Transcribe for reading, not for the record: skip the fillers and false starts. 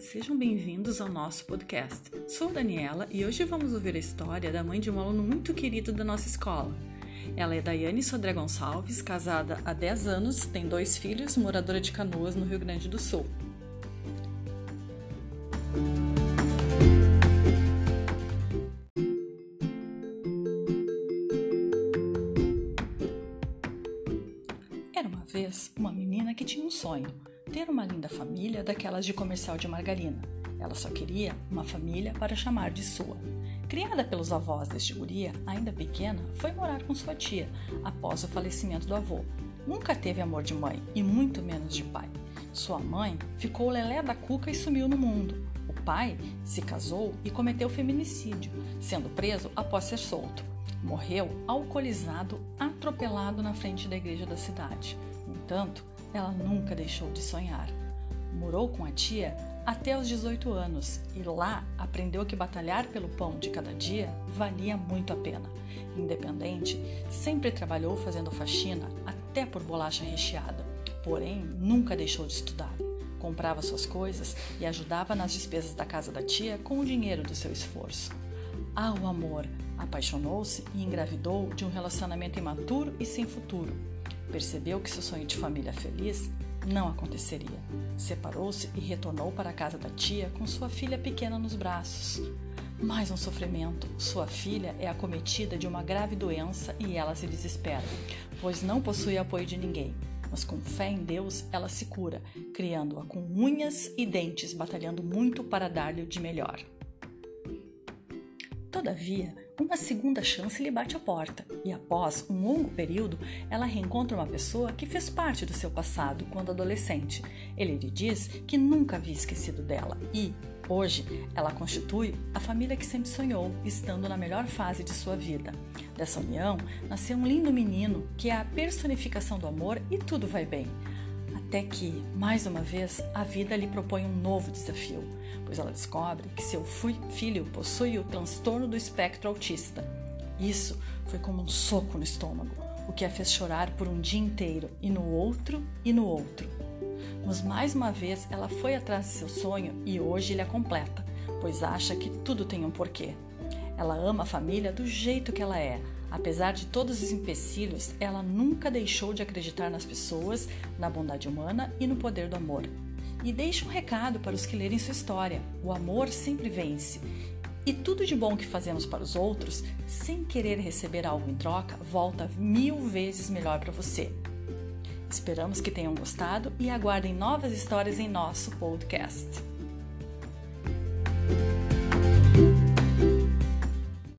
sejam bem-vindos ao nosso podcast. Sou Daniela e hoje vamos ouvir a história da mãe de um aluno muito querido da nossa escola. Ela é Daiane Sodré Gonçalves, casada há 10 anos, tem 2 filhos, moradora de Canoas, no Rio Grande do Sul. Era uma vez uma menina que tinha um sonho, ter uma linda família daquelas de comercial de margarina. Ela só queria uma família para chamar de sua. Criada pelos avós desde guria, ainda pequena, foi morar com sua tia, após o falecimento do avô. Nunca teve amor de mãe, e muito menos de pai. Sua mãe ficou lelé da cuca e sumiu no mundo. O pai se casou e cometeu feminicídio, sendo preso após ser solto. Morreu alcoolizado, atropelado na frente da igreja da cidade. No entanto, ela nunca deixou de sonhar. Morou com a tia até os 18 anos e lá aprendeu que batalhar pelo pão de cada dia valia muito a pena. Independente, sempre trabalhou fazendo faxina até por bolacha recheada, porém nunca deixou de estudar. Comprava suas coisas e ajudava nas despesas da casa da tia com o dinheiro do seu esforço. O amor, apaixonou-se e engravidou de um relacionamento imaturo e sem futuro. Percebeu que seu sonho de família feliz não aconteceria. Separou-se e retornou para a casa da tia com sua filha pequena nos braços. Mais um sofrimento. Sua filha é acometida de uma grave doença e ela se desespera, pois não possui apoio de ninguém. Mas com fé em Deus, ela se cura, criando-a com unhas e dentes, batalhando muito para dar-lhe o de melhor. Todavia, uma segunda chance lhe bate à porta e após um longo período, ela reencontra uma pessoa que fez parte do seu passado quando adolescente. Ele lhe diz que nunca havia esquecido dela e, hoje, ela constitui a família que sempre sonhou, estando na melhor fase de sua vida. Dessa união, nasceu um lindo menino que é a personificação do amor e tudo vai bem. Até que, mais uma vez, a vida lhe propõe um novo desafio, pois ela descobre que seu filho possui o transtorno do espectro autista. Isso foi como um soco no estômago, o que a fez chorar por um dia inteiro, e no outro. Mas mais uma vez ela foi atrás de seu sonho e hoje ele a completa, pois acha que tudo tem um porquê. Ela ama a família do jeito que ela é. Apesar de todos os empecilhos, ela nunca deixou de acreditar nas pessoas, na bondade humana e no poder do amor. E deixa um recado para os que lerem sua história: o amor sempre vence. E tudo de bom que fazemos para os outros, sem querer receber algo em troca, volta 1000 vezes melhor para você. Esperamos que tenham gostado e aguardem novas histórias em nosso podcast.